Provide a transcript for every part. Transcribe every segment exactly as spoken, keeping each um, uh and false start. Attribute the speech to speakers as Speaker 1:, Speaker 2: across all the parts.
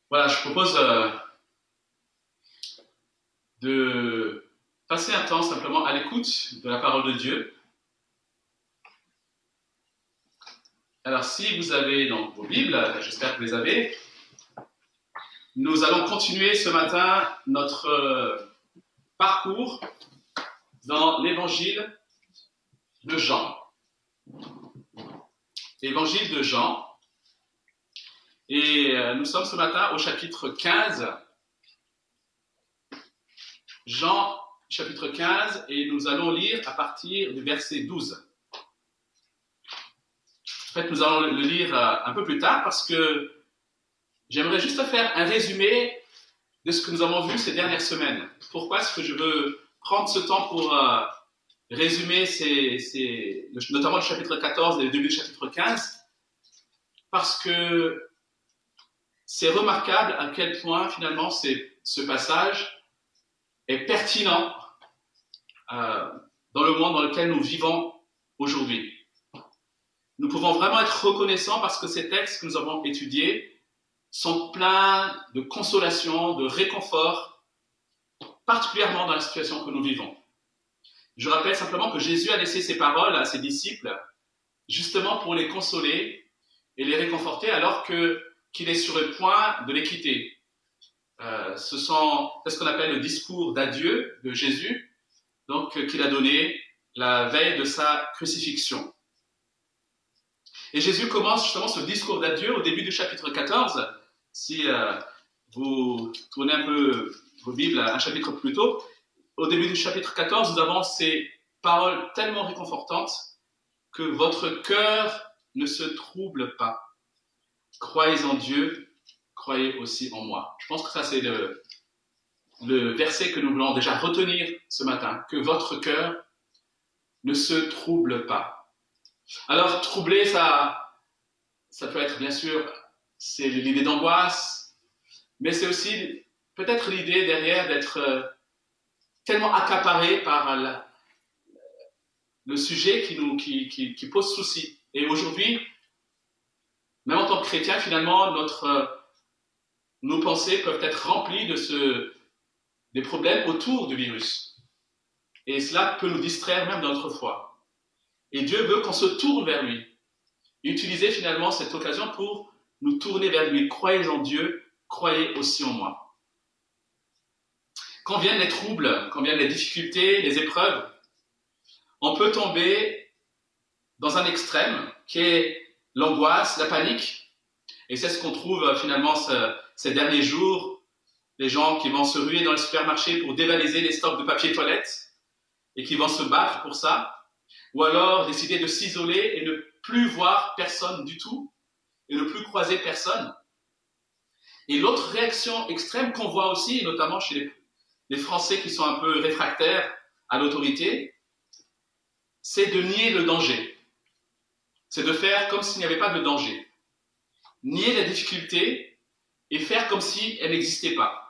Speaker 1: Voilà, je propose euh, de passer un temps simplement à l'écoute de la parole de Dieu. Alors, si vous avez donc vos Bibles, j'espère que vous les avez, nous allons continuer ce matin notre euh, parcours dans l'évangile de Jean. L'évangile de Jean. Et euh, nous sommes ce matin au chapitre quinze. Jean, chapitre quinze, et nous allons lire à partir du verset douze. En fait, nous allons le lire euh, un peu plus tard parce que j'aimerais juste faire un résumé de ce que nous avons vu ces dernières semaines. Pourquoi est-ce que je veux prendre ce temps pour euh, résumer ces, ces, notamment le chapitre quatorze et le début du chapitre quinze? Parce que c'est remarquable à quel point finalement c'est, ce passage est pertinent euh, dans le monde dans lequel nous vivons aujourd'hui. Nous pouvons vraiment être reconnaissants parce que ces textes que nous avons étudiés sont pleins de consolation, de réconfort, particulièrement dans la situation que nous vivons. Je rappelle simplement que Jésus a laissé ses paroles à ses disciples justement pour les consoler et les réconforter alors que, qu'il est sur le point de les quitter. Euh, ce sont, c'est ce qu'on appelle le discours d'adieu de Jésus, donc euh, qu'il a donné la veille de sa crucifixion. Et Jésus commence justement ce discours d'adieu au début du chapitre quatorze. Si euh, vous tournez un peu vos Bibles un chapitre plus tôt, au début du chapitre quatorze, nous avons ces paroles tellement réconfortantes que votre cœur ne se trouble pas. Croyez en Dieu, croyez aussi en moi. Je pense que ça, c'est le, le verset que nous voulons déjà retenir ce matin, que votre cœur ne se trouble pas. Alors, troubler, ça, ça peut être, bien sûr, c'est l'idée d'angoisse, mais c'est aussi peut-être l'idée derrière d'être euh, tellement accaparé par la, le sujet qui, nous, qui, qui, qui pose souci. Et aujourd'hui, même en tant que chrétien, finalement, notre... Euh, nos pensées peuvent être remplies de ce, des problèmes autour du virus. Et cela peut nous distraire même dans notre foi. Et Dieu veut qu'on se tourne vers lui. Et utiliser finalement cette occasion pour nous tourner vers lui. Croyez en Dieu, croyez aussi en moi. Quand viennent les troubles, quand viennent les difficultés, les épreuves, on peut tomber dans un extrême qui est l'angoisse, la panique. Et c'est ce qu'on trouve finalement ce, ces derniers jours, les gens qui vont se ruer dans les supermarchés pour dévaliser les stocks de papier toilette et qui vont se battre pour ça, ou alors décider de s'isoler et ne plus voir personne du tout et ne plus croiser personne. Et l'autre réaction extrême qu'on voit aussi, notamment chez les, les Français qui sont un peu réfractaires à l'autorité, c'est de nier le danger. C'est de faire comme s'il n'y avait pas de danger. Nier la difficulté et faire comme si elle n'existait pas.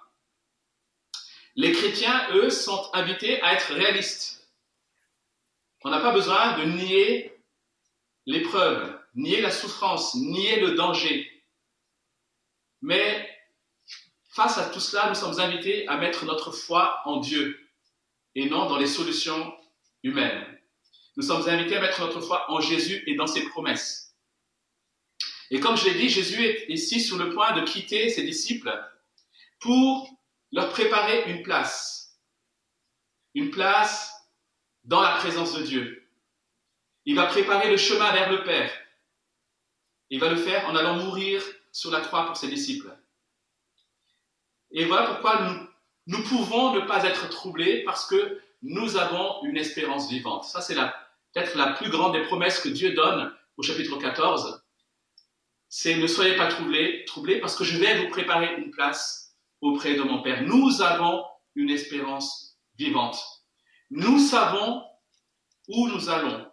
Speaker 1: Les chrétiens, eux, sont invités à être réalistes. On n'a pas besoin de nier l'épreuve, nier la souffrance, nier le danger. Mais face à tout cela, nous sommes invités à mettre notre foi en Dieu et non dans les solutions humaines. Nous sommes invités à mettre notre foi en Jésus et dans ses promesses. Et comme je l'ai dit, Jésus est ici sur le point de quitter ses disciples pour leur préparer une place. Une place dans la présence de Dieu. Il va préparer le chemin vers le Père. Il va le faire en allant mourir sur la croix pour ses disciples. Et voilà pourquoi nous, nous pouvons ne pas être troublés parce que nous avons une espérance vivante. Ça, c'est la, peut-être la plus grande des promesses que Dieu donne au chapitre quatorze. C'est ne soyez pas troublés, troublés parce que je vais vous préparer une place auprès de mon Père. Nous avons une espérance vivante. Nous savons où nous allons.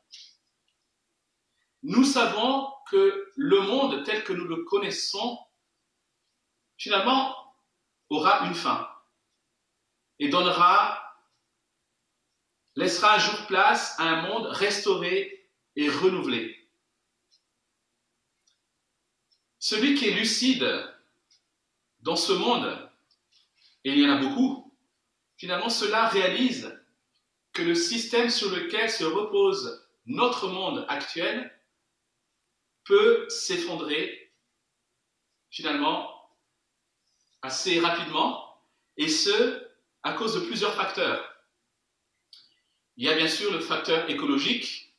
Speaker 1: Nous savons que le monde tel que nous le connaissons, finalement, aura une fin et donnera, laissera un jour place à un monde restauré et renouvelé. Celui qui est lucide dans ce monde, et il y en a beaucoup, finalement cela réalise que le système sur lequel se repose notre monde actuel peut s'effondrer finalement assez rapidement, et ce, à cause de plusieurs facteurs. Il y a bien sûr le facteur écologique,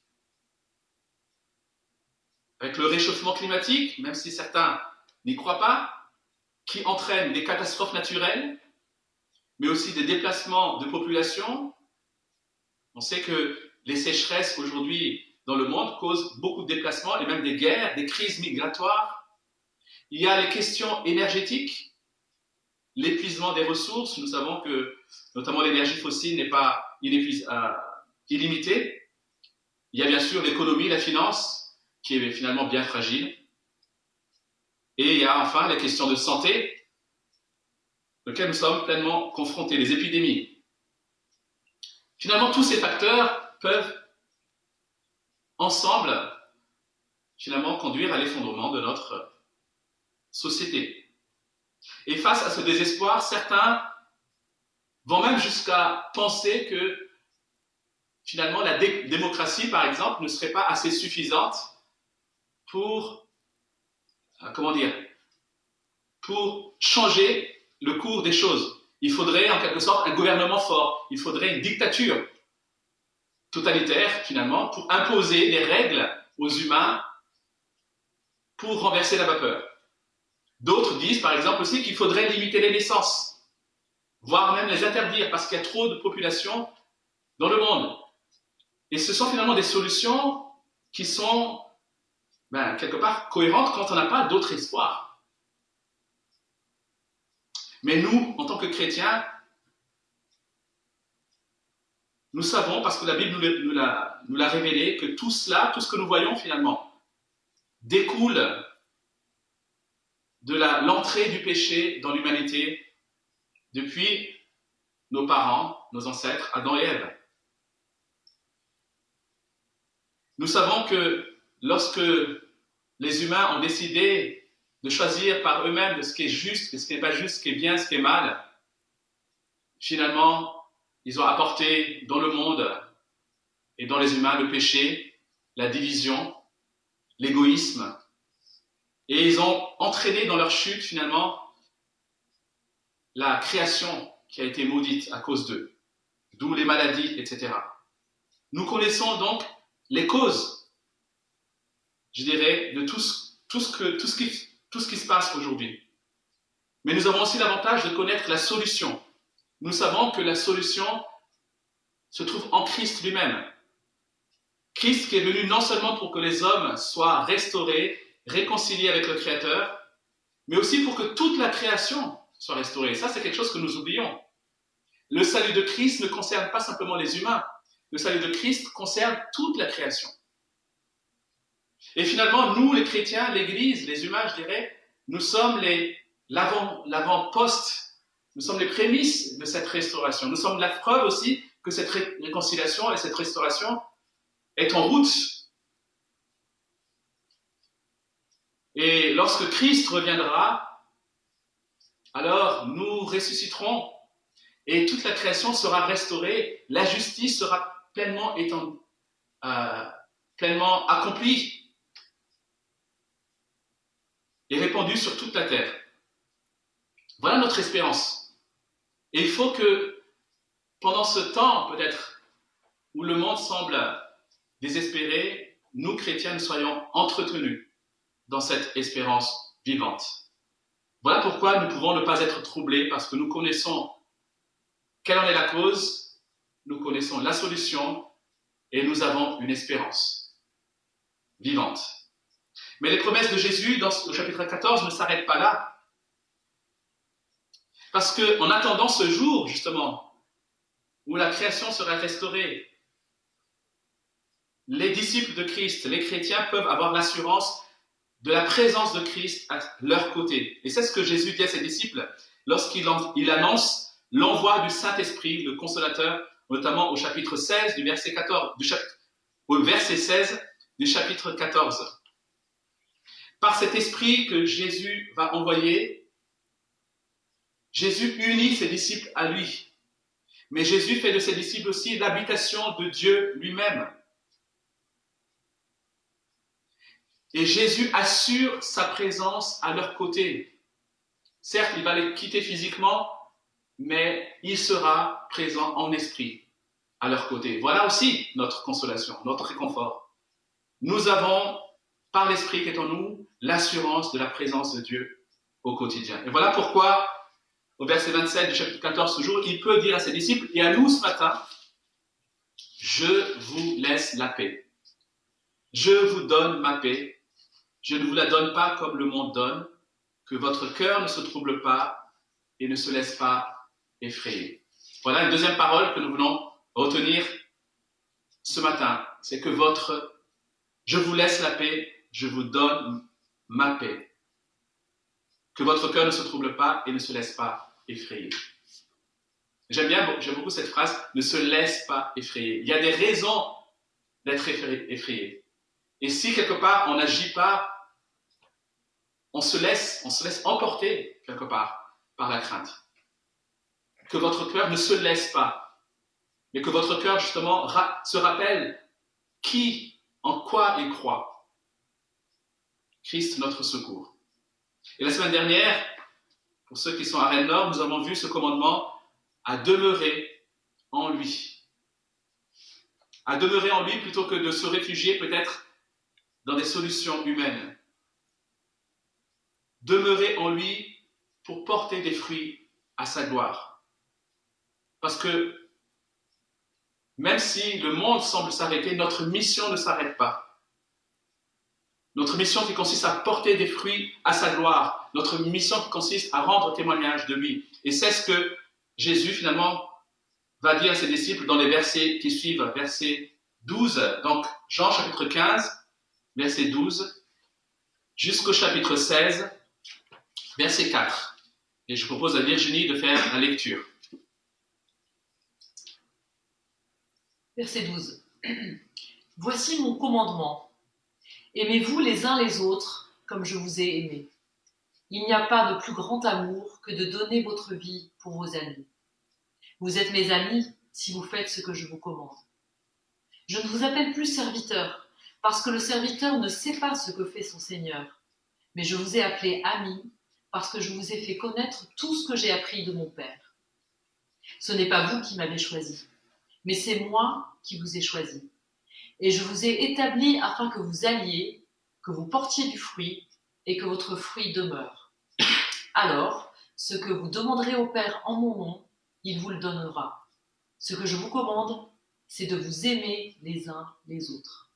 Speaker 1: avec le réchauffement climatique, même si certains n'y croient pas, qui entraîne des catastrophes naturelles, mais aussi des déplacements de population. On sait que les sécheresses aujourd'hui dans le monde causent beaucoup de déplacements et même des guerres, des crises migratoires. Il y a les questions énergétiques, l'épuisement des ressources. Nous savons que notamment l'énergie fossile n'est pas inépuis- euh, illimitée. Il y a bien sûr l'économie, la finance, qui est finalement bien fragile. Et il y a enfin les questions de santé, auxquelles nous sommes pleinement confrontés, les épidémies. Finalement, tous ces facteurs peuvent ensemble finalement conduire à l'effondrement de notre société. Et face à ce désespoir, certains vont même jusqu'à penser que finalement la dé- démocratie, par exemple, ne serait pas assez suffisante pour, euh, comment dire, pour changer le cours des choses. Il faudrait en quelque sorte un gouvernement fort, il faudrait une dictature totalitaire finalement pour imposer des règles aux humains pour renverser la vapeur. D'autres disent par exemple aussi qu'il faudrait limiter les naissances, voire même les interdire parce qu'il y a trop de population dans le monde. Et ce sont finalement des solutions qui sont ben, quelque part cohérentes quand on n'a pas d'autre espoir. Mais nous, en tant que chrétiens, nous savons, parce que la Bible nous l'a, nous l'a révélé, que tout cela, tout ce que nous voyons finalement, découle de la, l'entrée du péché dans l'humanité depuis nos parents, nos ancêtres, Adam et Ève. Nous savons que lorsque les humains ont décidé de choisir par eux-mêmes de ce qui est juste, de ce qui n'est pas juste, ce qui est bien, ce qui est mal, finalement, ils ont apporté dans le monde et dans les humains le péché, la division, l'égoïsme, et ils ont entraîné dans leur chute finalement la création qui a été maudite à cause d'eux, d'où les maladies, et cetera. Nous connaissons donc les causes, je dirais, de tout ce, tout ce, que, tout ce, qui, tout ce qui se passe aujourd'hui. Mais nous avons aussi l'avantage de connaître la solution. Nous savons que la solution se trouve en Christ lui-même. Christ qui est venu non seulement pour que les hommes soient restaurés, réconciliés avec le Créateur, mais aussi pour que toute la création soit restaurée. Ça, c'est quelque chose que nous oublions. Le salut de Christ ne concerne pas simplement les humains. Le salut de Christ concerne toute la création. Et finalement, nous, les chrétiens, l'Église, les humains, je dirais, nous sommes les, l'avant, l'avant-poste, nous sommes les prémices de cette restauration. Nous sommes la preuve aussi que cette ré- réconciliation et cette restauration est en route. Et lorsque Christ reviendra, alors nous ressusciterons et toute la création sera restaurée, la justice sera pleinement étendue, euh, pleinement accomplie et répandue sur toute la terre. Voilà notre espérance. Et il faut que pendant ce temps, peut-être, où le monde semble désespéré, nous, chrétiens, nous soyons entretenus dans cette espérance vivante. Voilà pourquoi nous pouvons ne pas être troublés, parce que nous connaissons quelle en est la cause, nous connaissons la solution, et nous avons une espérance vivante. Mais les promesses de Jésus, dans le chapitre quatorze, ne s'arrêtent pas là. Parce qu'en attendant ce jour, justement, où la création sera restaurée, les disciples de Christ, les chrétiens, peuvent avoir l'assurance de la présence de Christ à leur côté. Et c'est ce que Jésus dit à ses disciples lorsqu'il en, il annonce l'envoi du Saint-Esprit, le Consolateur, notamment au chapitre seize du verset quatorze, du chapitre, au verset seize du chapitre quatorze. Par cet Esprit que Jésus va envoyer, Jésus unit ses disciples à lui. Mais Jésus fait de ses disciples aussi l'habitation de Dieu lui-même. Et Jésus assure sa présence à leur côté. Certes, il va les quitter physiquement, mais il sera présent en esprit à leur côté. Voilà aussi notre consolation, notre réconfort. Nous avons, par l'Esprit qui est en nous, l'assurance de la présence de Dieu au quotidien. Et voilà pourquoi, au verset vingt-sept du chapitre quatorze, ce jour, il peut dire à ses disciples et à nous ce matin, « Je vous laisse la paix. Je vous donne ma paix. Je ne vous la donne pas comme le monde donne. Que votre cœur ne se trouble pas et ne se laisse pas effrayer. » Voilà une deuxième parole que nous voulons retenir ce matin. C'est que votre « Je vous laisse la paix, je vous donne ma paix. » Que votre cœur ne se trouble pas et ne se laisse pas effrayer. J'aime bien, j'aime beaucoup cette phrase, ne se laisse pas effrayer. Il y a des raisons d'être effrayé. Et si quelque part on n'agit pas, on se laisse, on se laisse emporter quelque part par la crainte. Que votre cœur ne se laisse pas, mais que votre cœur justement ra- se rappelle qui, en quoi il croit. Christ, notre secours. Et la semaine dernière, pour ceux qui sont à Rennes Nord, nous avons vu ce commandement à demeurer en lui. À demeurer en lui plutôt que de se réfugier peut-être dans des solutions humaines. Demeurer en lui pour porter des fruits à sa gloire. Parce que même si le monde semble s'arrêter, notre mission ne s'arrête pas. Notre mission qui consiste à porter des fruits à sa gloire. Notre mission qui consiste à rendre témoignage de lui. Et c'est ce que Jésus finalement va dire à ses disciples dans les versets qui suivent, verset douze. Donc Jean chapitre quinze, verset douze, jusqu'au chapitre seize, verset quatre. Et je propose à Virginie de faire la lecture.
Speaker 2: Verset douze. Voici mon commandement. Aimez-vous les uns les autres comme je vous ai aimés. Il n'y a pas de plus grand amour que de donner votre vie pour vos amis. Vous êtes mes amis si vous faites ce que je vous commande. Je ne vous appelle plus serviteur, parce que le serviteur ne sait pas ce que fait son Seigneur. Mais je vous ai appelé amis, parce que je vous ai fait connaître tout ce que j'ai appris de mon Père. Ce n'est pas vous qui m'avez choisi, mais c'est moi qui vous ai choisi. Et je vous ai établi afin que vous alliez, que vous portiez du fruit et que votre fruit demeure. Alors, ce que vous demanderez au Père en mon nom, il vous le donnera. Ce que je vous commande, c'est de vous aimer les uns les autres.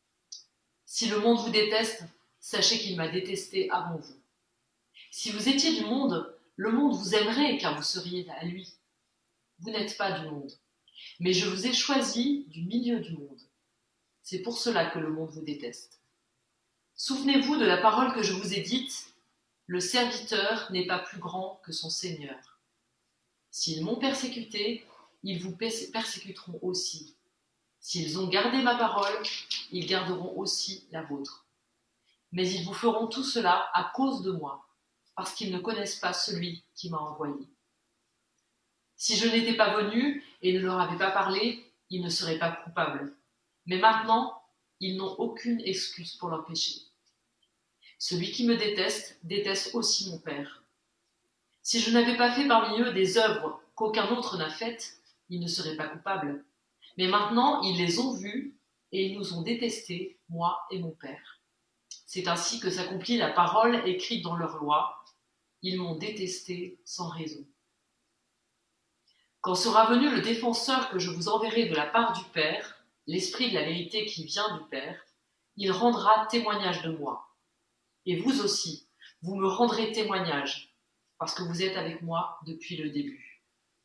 Speaker 2: Si le monde vous déteste, sachez qu'il m'a détesté avant vous. Si vous étiez du monde, le monde vous aimerait car vous seriez à lui. Vous n'êtes pas du monde, mais je vous ai choisi du milieu du monde. C'est pour cela que le monde vous déteste. Souvenez-vous de la parole que je vous ai dite, le serviteur n'est pas plus grand que son Seigneur. S'ils m'ont persécuté, ils vous persécuteront aussi. S'ils ont gardé ma parole, ils garderont aussi la vôtre. Mais ils vous feront tout cela à cause de moi, parce qu'ils ne connaissent pas celui qui m'a envoyé. Si je n'étais pas venu et ne leur avais pas parlé, ils ne seraient pas coupables. Mais maintenant, ils n'ont aucune excuse pour leur péché. Celui qui me déteste, déteste aussi mon Père. Si je n'avais pas fait parmi eux des œuvres qu'aucun autre n'a faites, ils ne seraient pas coupables. Mais maintenant, ils les ont vues et ils nous ont détestés, moi et mon Père. C'est ainsi que s'accomplit la parole écrite dans leur loi. Ils m'ont détesté sans raison. Quand sera venu le défenseur que je vous enverrai de la part du Père, l'Esprit de la vérité qui vient du Père, il rendra témoignage de moi. Et vous aussi, vous me rendrez témoignage, parce que vous êtes avec moi depuis le début.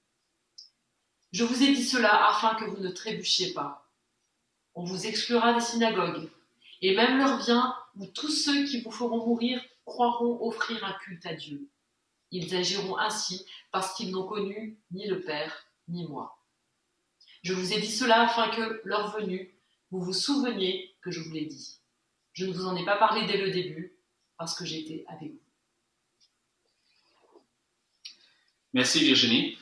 Speaker 2: Je vous ai dit cela afin que vous ne trébuchiez pas. On vous exclura des synagogues, et même l'heure vient où tous ceux qui vous feront mourir croiront offrir un culte à Dieu. Ils agiront ainsi parce qu'ils n'ont connu ni le Père, ni moi. Je vous ai dit cela afin que, l'heure venue, vous vous souveniez que je vous l'ai dit. Je ne vous en ai pas parlé dès le début, parce que j'étais avec vous.
Speaker 1: Merci Virginie.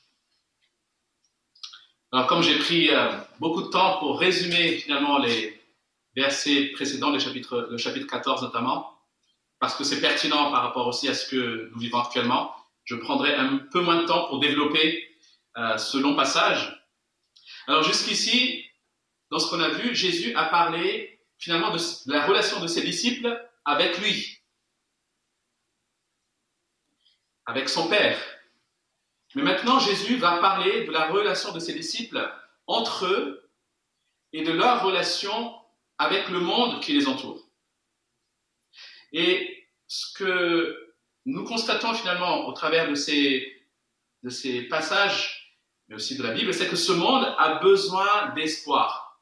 Speaker 1: Alors comme j'ai pris euh, beaucoup de temps pour résumer finalement les versets précédents, le chapitre, le chapitre quatorze notamment, parce que c'est pertinent par rapport aussi à ce que nous vivons actuellement, je prendrai un peu moins de temps pour développer euh, ce long passage. Alors jusqu'ici, dans ce qu'on a vu, Jésus a parlé finalement de, de la relation de ses disciples avec lui, avec son Père. Mais maintenant, Jésus va parler de la relation de ses disciples entre eux et de leur relation avec le monde qui les entoure. Et ce que nous constatons finalement au travers de ces, de ces passages, mais aussi de la Bible, c'est que ce monde a besoin d'espoir.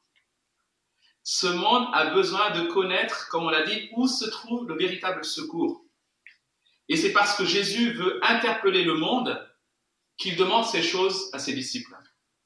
Speaker 1: Ce monde a besoin de connaître, comme on l'a dit, où se trouve le véritable secours. Et c'est parce que Jésus veut interpeller le monde qu'il demande ces choses à ses disciples.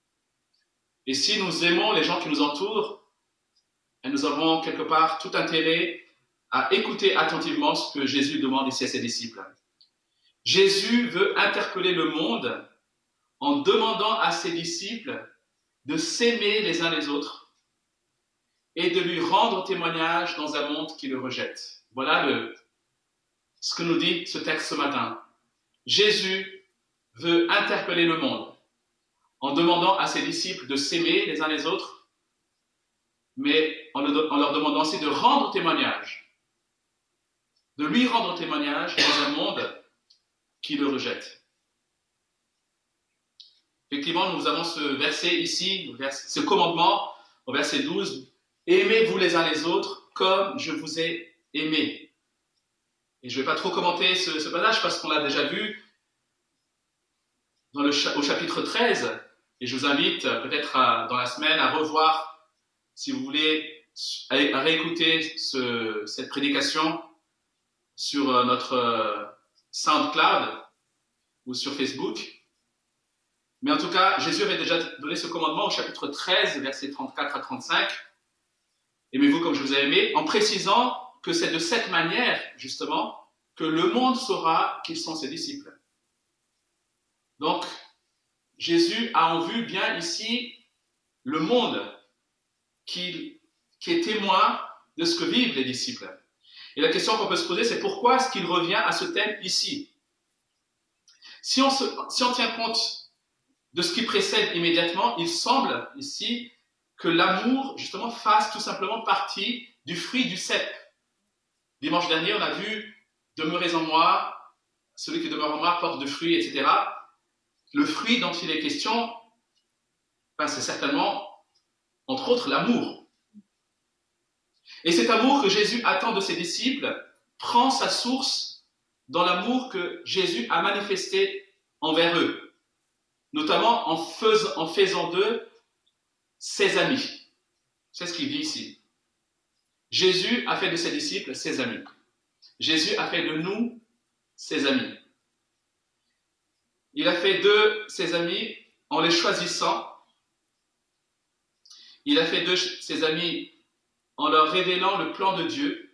Speaker 1: Et si nous aimons les gens qui nous entourent, et nous avons quelque part tout intérêt à écouter attentivement ce que Jésus demande ici à ses disciples. Jésus veut interpeller le monde en demandant à ses disciples de s'aimer les uns les autres et de lui rendre témoignage dans un monde qui le rejette. Voilà le, ce que nous dit ce texte ce matin. Jésus veut interpeller le monde en demandant à ses disciples de s'aimer les uns les autres, mais en leur demandant aussi de rendre témoignage, de lui rendre témoignage dans un monde qui le rejette. Effectivement, nous avons ce verset ici, ce commandement au verset douze, « Aimez-vous les uns les autres comme je vous ai aimé ». Et je ne vais pas trop commenter ce, ce passage parce qu'on l'a déjà vu dans le, au chapitre treize, et je vous invite peut-être à, dans la semaine à revoir, si vous voulez, à, à réécouter ce, cette prédication sur notre SoundCloud ou sur Facebook. Mais en tout cas, Jésus avait déjà donné ce commandement au chapitre treize, versets trente-quatre à trente-cinq. Aimez-vous comme je vous ai aimé, en précisant que c'est de cette manière, justement, que le monde saura qu'ils sont ses disciples. Donc, Jésus a en vue bien ici le monde qui, qui est témoin de ce que vivent les disciples. Et la question qu'on peut se poser, c'est pourquoi est-ce qu'il revient à ce thème ici? Si on, se, si on tient compte de ce qui précède immédiatement, il semble ici que l'amour, justement, fasse tout simplement partie du fruit du cep. Dimanche dernier, on a vu « Demeurez en moi, celui qui demeure en moi porte de fruits, et cetera » Le fruit dont il est question, ben, c'est certainement, entre autres, l'amour. Et cet amour que Jésus attend de ses disciples prend sa source dans l'amour que Jésus a manifesté envers eux, notamment en faisant, en faisant d'eux ses amis. C'est ce qu'il dit ici. Jésus a fait de ses disciples ses amis. Jésus a fait de nous ses amis. Il a fait de ses amis en les choisissant. Il a fait de ses amis en leur révélant le plan de Dieu.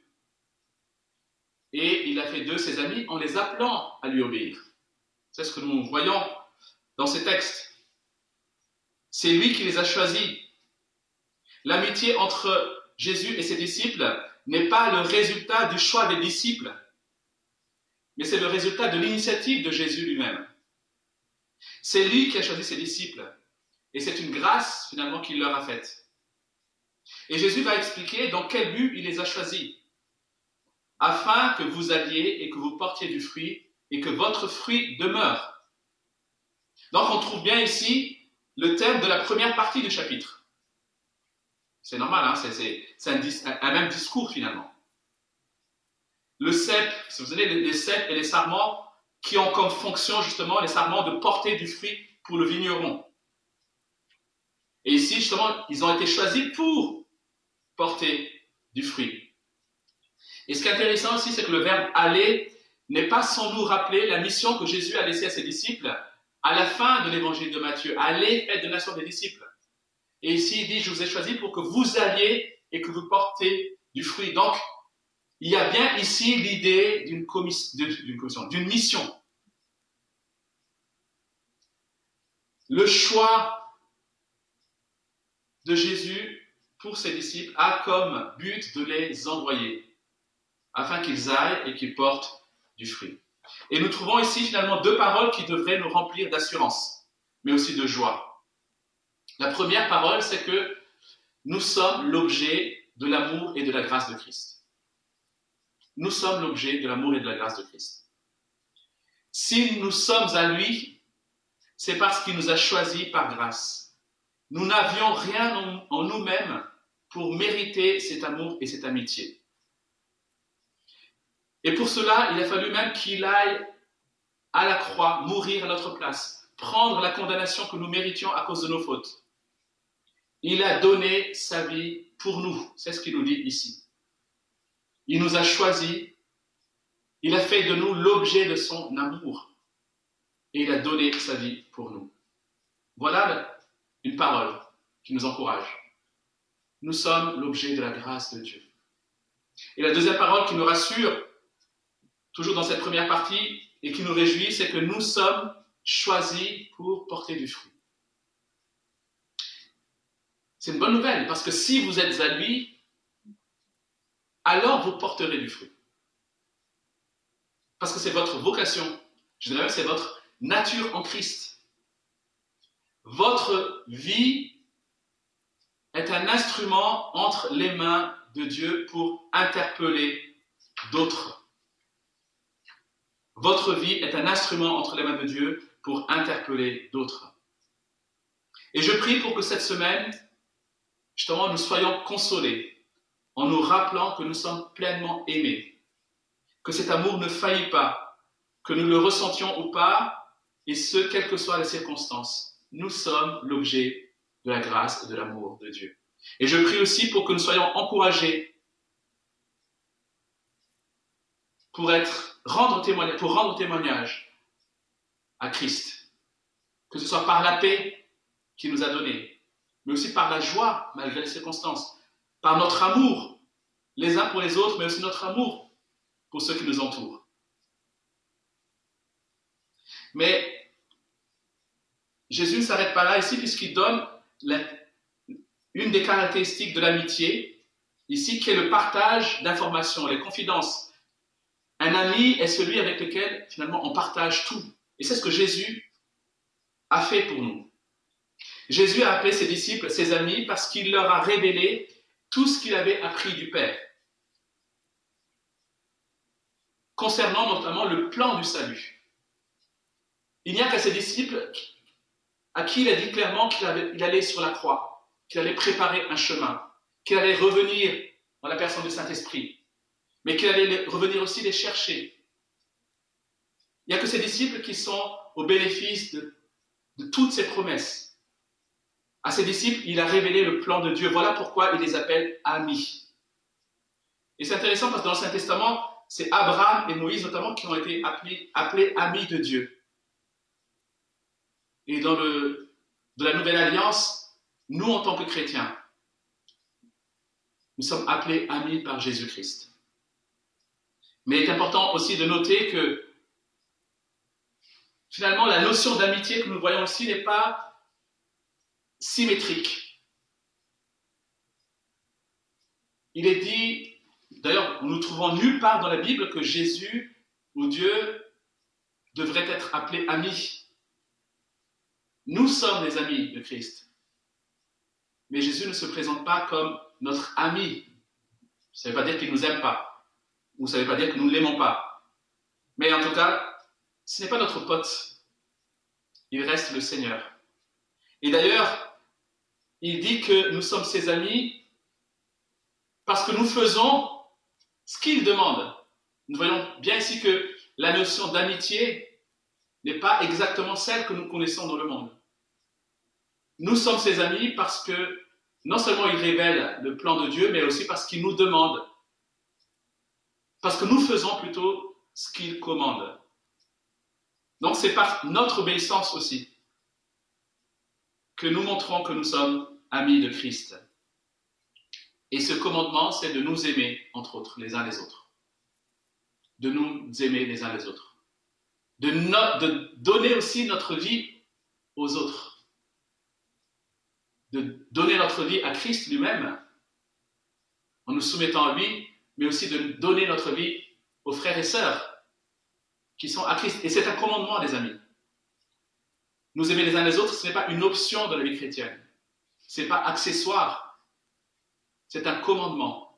Speaker 1: Et il a fait d'eux ses amis en les appelant à lui obéir. C'est ce que nous voyons dans ces textes. C'est lui qui les a choisis. L'amitié entre Jésus et ses disciples n'est pas le résultat du choix des disciples, mais c'est le résultat de l'initiative de Jésus lui-même. C'est lui qui a choisi ses disciples, et c'est une grâce finalement qu'il leur a faite. Et Jésus va expliquer dans quel but il les a choisis, afin que vous alliez et que vous portiez du fruit, et que votre fruit demeure. Donc on trouve bien ici le thème de la première partie du chapitre. C'est normal, hein, c'est, c'est, c'est un, un, un même discours finalement. Le cep, si vous savez, les, les ceps et les sarments qui ont comme fonction justement les sarments de porter du fruit pour le vigneron. Et ici justement, ils ont été choisis pour porter du fruit. Et ce qui est intéressant aussi, c'est que le verbe « aller » n'est pas sans nous rappeler la mission que Jésus a laissée à ses disciples à la fin de l'évangile de Matthieu. « Allez, faites de nation des disciples ». Et ici, il dit « Je vous ai choisi pour que vous alliez et que vous portez du fruit ». Donc, il y a bien ici l'idée d'une, commis- d'une, commission, d'une mission. le choix de Jésus pour ses disciples a comme but de les envoyer, afin qu'ils aillent et qu'ils portent du fruit. Et nous trouvons ici finalement deux paroles qui devraient nous remplir d'assurance, mais aussi de joie. La première parole, c'est que nous sommes l'objet de l'amour et de la grâce de Christ. Nous sommes l'objet de l'amour et de la grâce de Christ. Si nous sommes à lui, c'est parce qu'il nous a choisis par grâce. Nous n'avions rien en, en nous-mêmes pour mériter cet amour et cette amitié. Et pour cela, il a fallu même qu'il aille à la croix, mourir à notre place, prendre la condamnation que nous méritions à cause de nos fautes. Il a donné sa vie pour nous, c'est ce qu'il nous dit ici. Il nous a choisis, il a fait de nous l'objet de son amour et il a donné sa vie pour nous. Voilà une parole qui nous encourage. Nous sommes l'objet de la grâce de Dieu. Et la deuxième parole qui nous rassure, toujours dans cette première partie, et qui nous réjouit, c'est que nous sommes choisis pour porter du fruit. C'est une bonne nouvelle, parce que si vous êtes à lui, alors vous porterez du fruit. Parce que c'est votre vocation, je dirais même que c'est votre nature en Christ. Votre vie est un instrument entre les mains de Dieu pour interpeller d'autres. Votre vie est un instrument entre les mains de Dieu pour interpeller d'autres. Et je prie pour que cette semaine, justement, nous soyons consolés en nous rappelant que nous sommes pleinement aimés, que cet amour ne faillit pas, que nous le ressentions ou pas, et ce, quelles que soient les circonstances. Nous sommes l'objet de la grâce et de l'amour de Dieu. Et je prie aussi pour que nous soyons encouragés pour être Rendre témoignage, pour rendre témoignage à Christ, que ce soit par la paix qu'il nous a donnée, mais aussi par la joie malgré les circonstances, par notre amour les uns pour les autres, mais aussi notre amour pour ceux qui nous entourent. Mais Jésus ne s'arrête pas là ici puisqu'il donne la, une des caractéristiques de l'amitié, ici qui est le partage d'informations, les confidences. Un ami est celui avec lequel, finalement, on partage tout. Et c'est ce que Jésus a fait pour nous. Jésus a appelé ses disciples, ses amis, parce qu'il leur a révélé tout ce qu'il avait appris du Père, concernant notamment le plan du salut. Il n'y a qu'à ses disciples à qui il a dit clairement qu'il avait, il allait sur la croix, qu'il allait préparer un chemin, qu'il allait revenir dans la personne du Saint-Esprit, mais qu'il allait revenir aussi les chercher. Il n'y a que ces disciples qui sont au bénéfice de, de toutes ces promesses. À ces disciples, il a révélé le plan de Dieu. Voilà pourquoi il les appelle amis. Et c'est intéressant parce que dans l'Ancien Testament, c'est Abraham et Moïse notamment qui ont été appelés, appelés amis de Dieu. Et dans le, de la Nouvelle Alliance, nous en tant que chrétiens, nous sommes appelés amis par Jésus-Christ. Mais il est important aussi de noter que finalement la notion d'amitié que nous voyons ici n'est pas symétrique. Il est dit, d'ailleurs nous ne trouvons nulle part dans la Bible que Jésus ou Dieu devrait être appelé ami. Nous sommes les amis de Christ. Mais Jésus ne se présente pas comme notre ami. Ça ne veut pas dire qu'il ne nous aime pas. Ou ça ne veut pas dire que nous ne l'aimons pas. Mais en tout cas, ce n'est pas notre pote. Il reste le Seigneur. Et d'ailleurs, il dit que nous sommes ses amis parce que nous faisons ce qu'il demande. Nous voyons bien ici que la notion d'amitié n'est pas exactement celle que nous connaissons dans le monde. Nous sommes ses amis parce que non seulement il révèle le plan de Dieu, mais aussi parce qu'il nous demande. Parce que nous faisons plutôt ce qu'il commande. Donc c'est par notre obéissance aussi que nous montrons que nous sommes amis de Christ. Et ce commandement, c'est de nous aimer, entre autres, les uns les autres. De nous aimer les uns les autres. De, no- de donner aussi notre vie aux autres. de donner notre vie à Christ lui-même, en nous soumettant à lui, mais aussi de donner notre vie aux frères et sœurs qui sont à Christ. Et c'est un commandement, les amis. Nous aimer les uns les autres, ce n'est pas une option de la vie chrétienne. Ce n'est pas accessoire. C'est un commandement.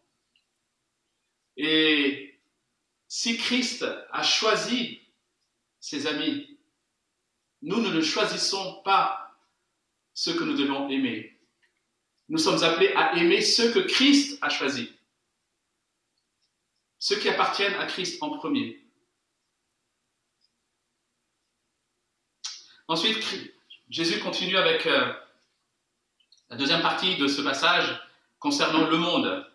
Speaker 1: Et si Christ a choisi ses amis, nous ne le choisissons pas ceux que nous devons aimer. Nous sommes appelés à aimer ceux que Christ a choisis. Ceux qui appartiennent à Christ en premier. Ensuite, Jésus continue avec euh, la deuxième partie de ce passage concernant le monde.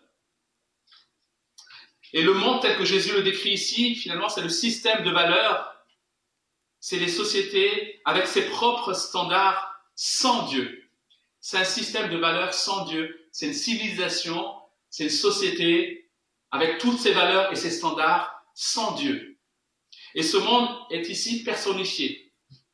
Speaker 1: Et le monde tel que Jésus le décrit ici, finalement, c'est le système de valeurs, c'est les sociétés avec ses propres standards sans Dieu. C'est un système de valeurs sans Dieu, c'est une civilisation, c'est une société avec toutes ses valeurs et ses standards sans Dieu. Et ce monde est ici personnifié.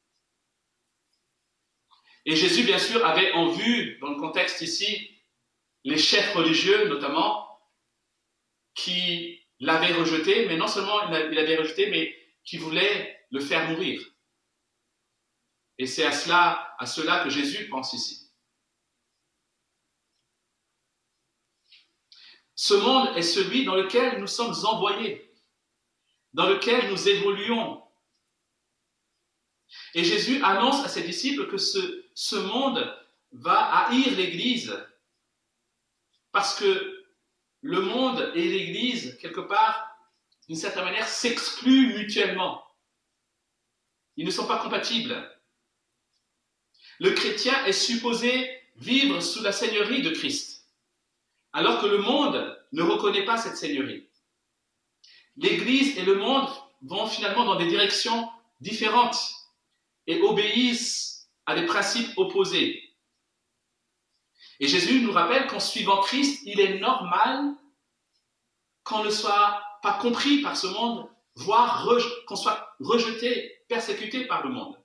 Speaker 1: Et Jésus, bien sûr, avait en vue, dans le contexte ici, les chefs religieux, notamment, qui l'avaient rejeté, mais non seulement il l'avait rejeté, mais qui voulaient le faire mourir. Et c'est à cela, à cela que Jésus pense ici. Ce monde est celui dans lequel nous sommes envoyés, dans lequel nous évoluons. Et Jésus annonce à ses disciples que ce, ce monde va haïr l'Église parce que le monde et l'Église, quelque part, d'une certaine manière, s'excluent mutuellement. Ils ne sont pas compatibles. Le chrétien est supposé vivre sous la seigneurie de Christ, alors que le monde ne reconnaît pas cette seigneurie. L'Église et le monde vont finalement dans des directions différentes et obéissent à des principes opposés. Et Jésus nous rappelle qu'en suivant Christ, il est normal qu'on ne soit pas compris par ce monde, voire reje- qu'on soit rejeté, persécuté par le monde.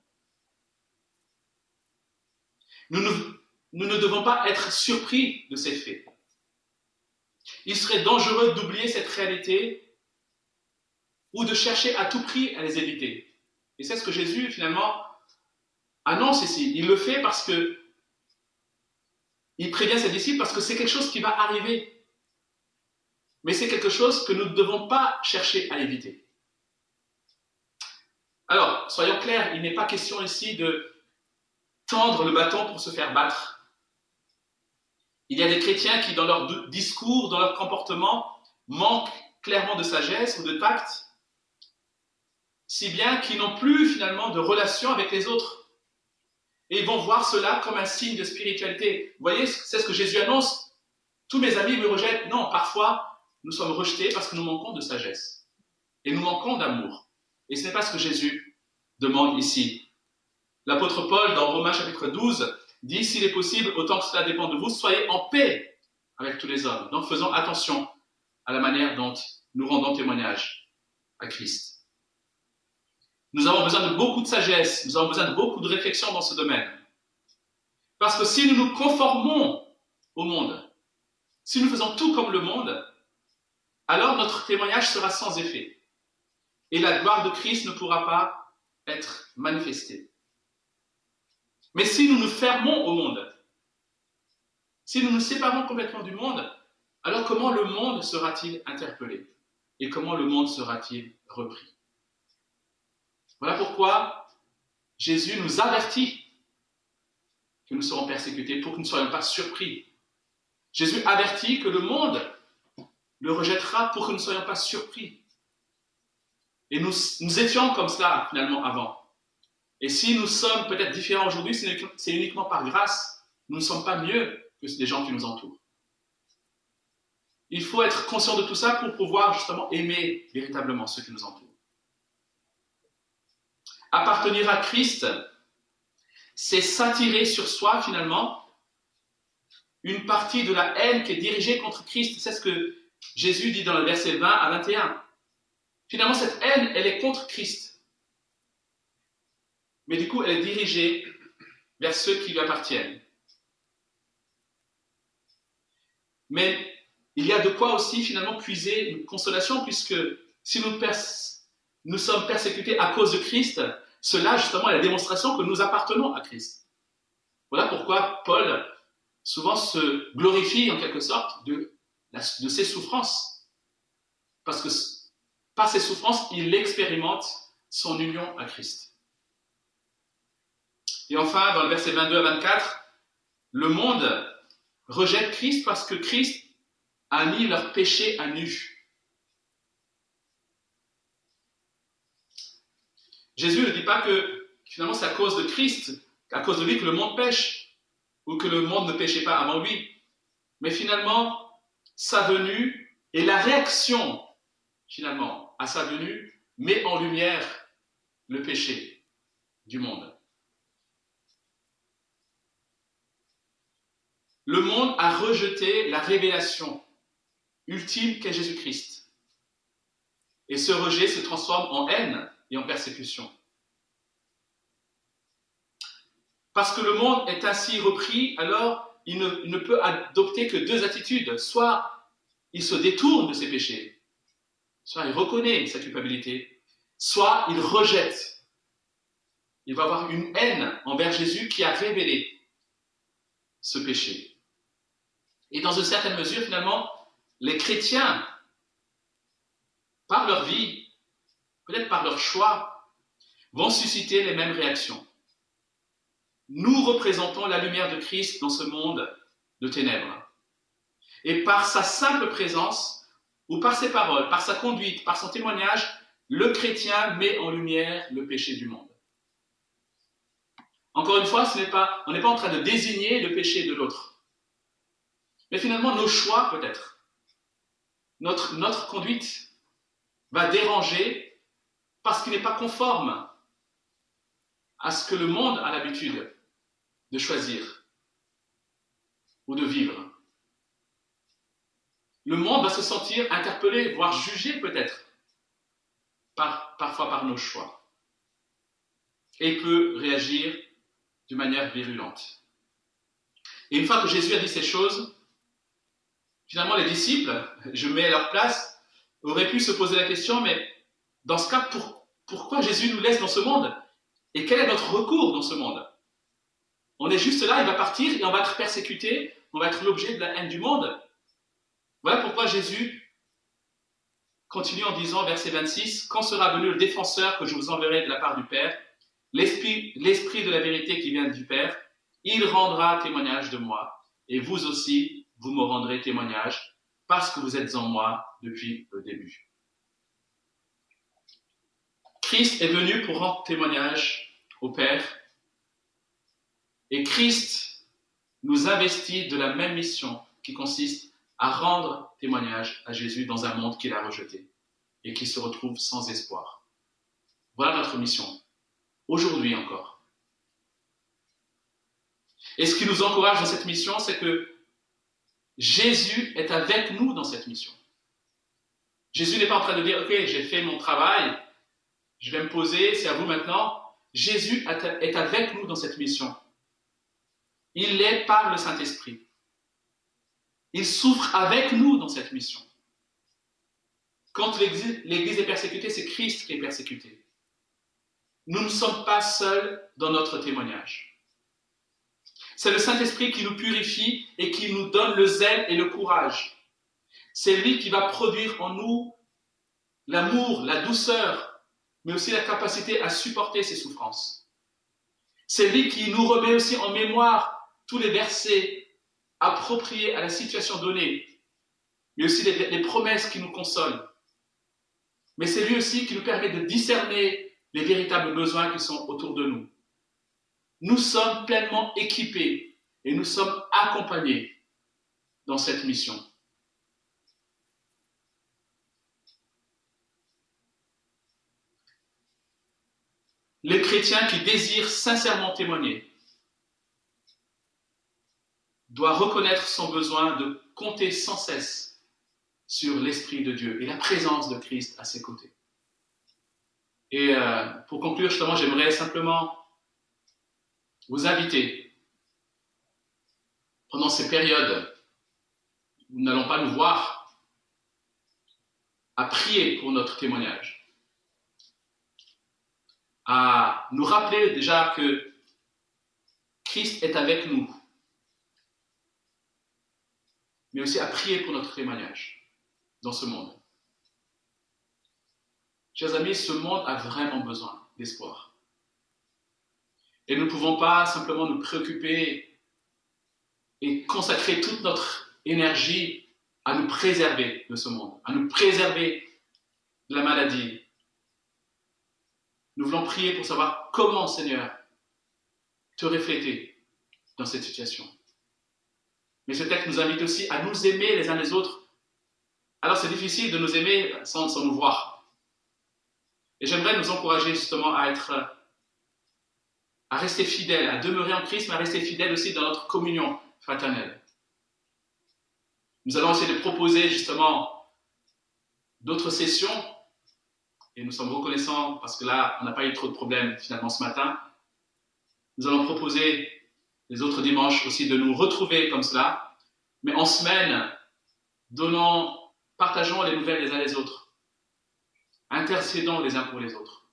Speaker 1: Nous ne, nous ne devons pas être surpris de ces faits. Il serait dangereux d'oublier cette réalité ou de chercher à tout prix à les éviter. Et c'est ce que Jésus, finalement, annonce ici. Il le fait parce que il prévient ses disciples parce que c'est quelque chose qui va arriver. Mais c'est quelque chose que nous ne devons pas chercher à éviter. Alors, soyons clairs, il n'est pas question ici de tendre le bâton pour se faire battre. Il y a des chrétiens qui, dans leur discours, dans leur comportement, manquent clairement de sagesse ou de tact, si bien qu'ils n'ont plus finalement de relation avec les autres. Et ils vont voir cela comme un signe de spiritualité. Vous voyez, c'est ce que Jésus annonce. Tous mes amis me rejettent. Non, parfois, nous sommes rejetés parce que nous manquons de sagesse. Et nous manquons d'amour. Et ce n'est pas ce que Jésus demande ici. L'apôtre Paul, dans Romains chapitre douze, dit, s'il est possible, autant que cela dépend de vous, soyez en paix avec tous les hommes. Donc faisons attention à la manière dont nous rendons témoignage à Christ. Nous avons besoin de beaucoup de sagesse, nous avons besoin de beaucoup de réflexion dans ce domaine. Parce que si nous nous conformons au monde, si nous faisons tout comme le monde, alors notre témoignage sera sans effet. Et la gloire de Christ ne pourra pas être manifestée. Mais si nous nous fermons au monde, si nous nous séparons complètement du monde, alors comment le monde sera-t-il interpellé? Et comment le monde sera-t-il repris? Voilà pourquoi Jésus nous avertit que nous serons persécutés pour que nous ne soyons pas surpris. Jésus avertit que le monde le rejettera pour que nous ne soyons pas surpris. Et nous, nous étions comme cela finalement avant. Et si nous sommes peut-être différents aujourd'hui, c'est uniquement par grâce. Nous ne sommes pas mieux que les gens qui nous entourent. Il faut être conscient de tout ça pour pouvoir justement aimer véritablement ceux qui nous entourent. Appartenir à Christ, c'est s'attirer sur soi finalement une partie de la haine qui est dirigée contre Christ. C'est ce que Jésus dit dans le verset vingt à vingt et un. Finalement, cette haine, elle est contre Christ. Mais du coup, elle est dirigée vers ceux qui lui appartiennent. Mais il y a de quoi aussi finalement puiser une consolation, puisque si nous, pers- nous sommes persécutés à cause de Christ, cela justement est la démonstration que nous appartenons à Christ. Voilà pourquoi Paul souvent se glorifie en quelque sorte de, de ses souffrances. Parce que par ses souffrances, il expérimente son union à Christ. Et enfin, dans le verset vingt-deux à vingt-quatre, le monde rejette Christ parce que Christ a mis leur péché à nu. Jésus ne dit pas que finalement c'est à cause de Christ, à cause de lui que le monde pêche, ou que le monde ne péchait pas avant lui. Mais finalement, sa venue et la réaction, finalement, à sa venue, met en lumière le péché du monde. Le monde a rejeté la révélation ultime qu'est Jésus-Christ. Et ce rejet se transforme en haine et en persécution. Parce que le monde est ainsi repris, alors il ne, il ne peut adopter que deux attitudes. Soit il se détourne de ses péchés, soit il reconnaît sa culpabilité, soit il rejette. Il va avoir une haine envers Jésus qui a révélé ce péché. Et dans une certaine mesure, finalement, les chrétiens, par leur vie, peut-être par leur choix, vont susciter les mêmes réactions. Nous représentons la lumière de Christ dans ce monde de ténèbres. Et par sa simple présence, ou par ses paroles, par sa conduite, par son témoignage, le chrétien met en lumière le péché du monde. Encore une fois, ce n'est pas, on n'est pas en train de désigner le péché de l'autre. Mais finalement, nos choix, peut-être, notre, notre conduite va déranger parce qu'il n'est pas conforme à ce que le monde a l'habitude de choisir ou de vivre. Le monde va se sentir interpellé, voire jugé peut-être, par, parfois par nos choix. Et il peut réagir de manière virulente. Et une fois que Jésus a dit ces choses, finalement les disciples, je mets à leur place, auraient pu se poser la question, mais dans ce cas, pour, pourquoi Jésus nous laisse dans ce monde? Et quel est notre recours dans ce monde? On est juste là, il va partir et on va être persécuté, on va être l'objet de la haine du monde. Voilà pourquoi Jésus continue en disant, verset vingt-six, « Quand sera venu le défenseur que je vous enverrai de la part du Père, l'esprit, l'esprit de la vérité qui vient du Père, il rendra témoignage de moi, et vous aussi, vous me rendrez témoignage, parce que vous êtes en moi depuis le début. » Christ est venu pour rendre témoignage au Père, et Christ nous investit de la même mission qui consiste à rendre témoignage à Jésus dans un monde qu'il a rejeté et qui se retrouve sans espoir. Voilà notre mission, aujourd'hui encore. Et ce qui nous encourage dans cette mission, c'est que Jésus est avec nous dans cette mission. Jésus n'est pas en train de dire, ok, j'ai fait mon travail, je vais me poser, c'est à vous maintenant. Jésus est avec nous dans cette mission. Il l'est par le Saint-Esprit. Il souffre avec nous dans cette mission. Quand l'Église, l'Église est persécutée, c'est Christ qui est persécuté. Nous ne sommes pas seuls dans notre témoignage. C'est le Saint-Esprit qui nous purifie et qui nous donne le zèle et le courage. C'est lui qui va produire en nous l'amour, la douceur, mais aussi la capacité à supporter ses souffrances. C'est lui qui nous remet aussi en mémoire tous les versets appropriés à la situation donnée, mais aussi les, les promesses qui nous consolent. Mais c'est lui aussi qui nous permet de discerner les véritables besoins qui sont autour de nous. Nous sommes pleinement équipés et nous sommes accompagnés dans cette mission. Les chrétiens qui désirent sincèrement témoigner doivent reconnaître son besoin de compter sans cesse sur l'Esprit de Dieu et la présence de Christ à ses côtés. Et euh, pour conclure, justement, j'aimerais simplement vous inviter, pendant ces périodes nous n'allons pas nous voir, à prier pour notre témoignage, à nous rappeler déjà que Christ est avec nous, mais aussi à prier pour notre témoignage dans ce monde. Chers amis, ce monde a vraiment besoin d'espoir. Et nous ne pouvons pas simplement nous préoccuper et consacrer toute notre énergie à nous préserver de ce monde, à nous préserver de la maladie. Nous voulons prier pour savoir comment, Seigneur, te refléter dans cette situation. Mais ce texte nous invite aussi à nous aimer les uns les autres. Alors c'est difficile de nous aimer sans, sans nous voir. Et j'aimerais nous encourager justement à être, à rester fidèles, à demeurer en Christ, mais à rester fidèles aussi dans notre communion fraternelle. Nous allons essayer de proposer justement d'autres sessions, et nous sommes reconnaissants parce que là, on n'a pas eu trop de problèmes finalement ce matin. Nous allons proposer les autres dimanches aussi de nous retrouver comme cela, mais en semaine, donnons, partageons les nouvelles les uns les autres. Intercédons les uns pour les autres.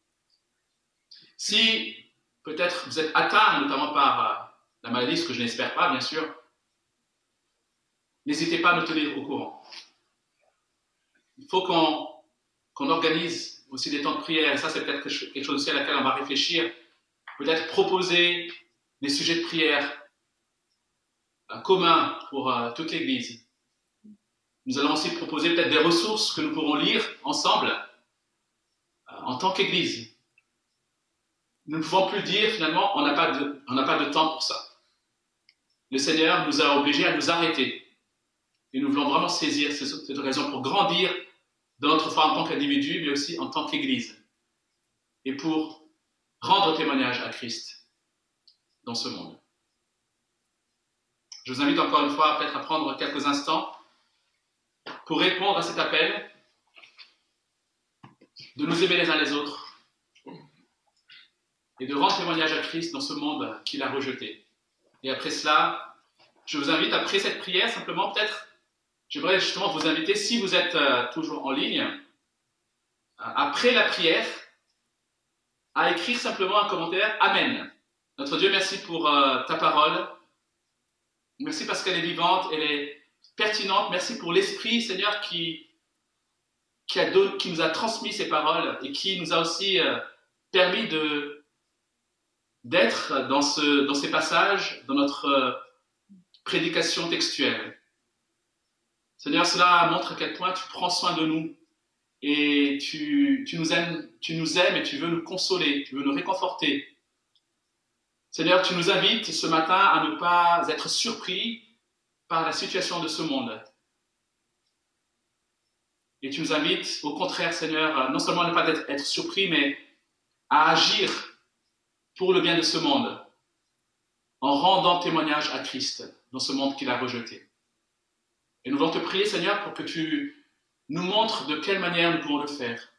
Speaker 1: Si peut-être vous êtes atteints notamment par la maladie, ce que je n'espère pas bien sûr, n'hésitez pas à nous tenir au courant. Il faut qu'on, qu'on organise aussi des temps de prière, et ça c'est peut-être quelque chose aussi à laquelle on va réfléchir, peut-être proposer des sujets de prière euh, communs pour euh, toute l'Église. Nous allons aussi proposer peut-être des ressources que nous pourrons lire ensemble euh, en tant qu'Église. Nous ne pouvons plus dire finalement on n'a pas de, on n'a pas de temps pour ça. Le Seigneur nous a obligés à nous arrêter. Et nous voulons vraiment saisir cette raison pour grandir dans notre foi en tant qu'individu, mais aussi en tant qu'Église. Et pour rendre témoignage à Christ dans ce monde. Je vous invite encore une fois peut-être à prendre quelques instants pour répondre à cet appel de nous aimer les uns les autres et de rendre témoignage à Christ dans ce monde qu'il a rejeté. Et après cela, je vous invite, après cette prière, simplement peut-être, j'aimerais justement vous inviter, si vous êtes euh, toujours en ligne, euh, après la prière, à écrire simplement un commentaire « Amen ». Notre Dieu, merci pour euh, ta parole. Merci parce qu'elle est vivante, elle est pertinente. Merci pour l'Esprit, Seigneur, qui, qui, a don, qui nous a transmis ces paroles et qui nous a aussi euh, permis de, d'être dans, ce, dans ces passages, dans notre euh, prédication textuelle. Seigneur, cela montre à quel point tu prends soin de nous et tu, tu, nous aimes, tu nous aimes et tu veux nous consoler, tu veux nous réconforter. Seigneur, tu nous invites ce matin à ne pas être surpris par la situation de ce monde. Et tu nous invites, au contraire, Seigneur, non seulement à ne pas être, être surpris, mais à agir pour le bien de ce monde, en rendant témoignage à Christ dans ce monde qu'il a rejeté. Et nous voulons te prier, Seigneur, pour que tu nous montres de quelle manière nous pouvons le faire.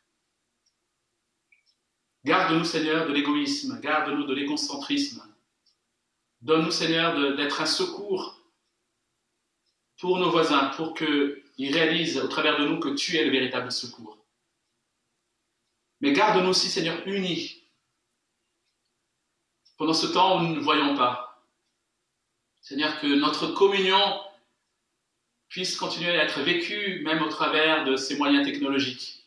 Speaker 1: Garde-nous, Seigneur, de l'égoïsme, garde-nous de l'égocentrisme. Donne-nous, Seigneur, de, d'être un secours pour nos voisins, pour qu'ils réalisent au travers de nous que tu es le véritable secours. Mais garde-nous aussi, Seigneur, unis pendant ce temps où nous ne voyons pas. Seigneur, que notre communion puisse continuer à être vécue même au travers de ces moyens technologiques.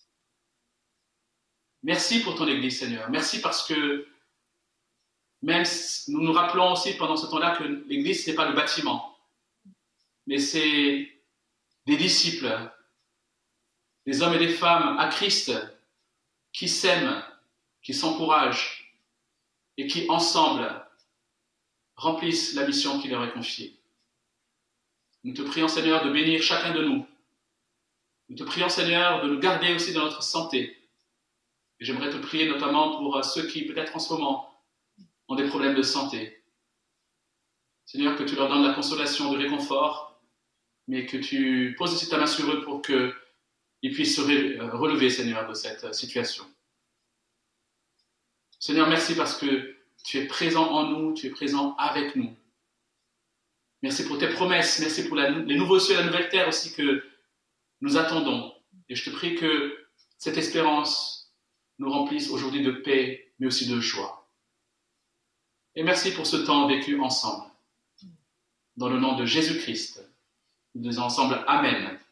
Speaker 1: Merci pour ton Église, Seigneur. Merci parce que même nous nous rappelons aussi pendant ce temps-là que l'Église, ce n'est pas le bâtiment, mais c'est des disciples, des hommes et des femmes à Christ qui s'aiment, qui s'encouragent et qui, ensemble, remplissent la mission qui leur est confiée. Nous te prions, Seigneur, de bénir chacun de nous. Nous te prions, Seigneur, de nous garder aussi dans notre santé. Et j'aimerais te prier notamment pour ceux qui, peut-être en ce moment, ont des problèmes de santé. Seigneur, que tu leur donnes la consolation, le réconfort, mais que tu poses aussi ta main sur eux pour qu'ils puissent se relever, Seigneur, de cette situation. Seigneur, merci parce que tu es présent en nous, tu es présent avec nous. Merci pour tes promesses. Merci pour la, les nouveaux cieux et la nouvelle terre aussi que nous attendons. Et je te prie que cette espérance nous remplisse aujourd'hui de paix, mais aussi de joie. Et merci pour ce temps vécu ensemble. Dans le nom de Jésus-Christ, nous disons ensemble Amen.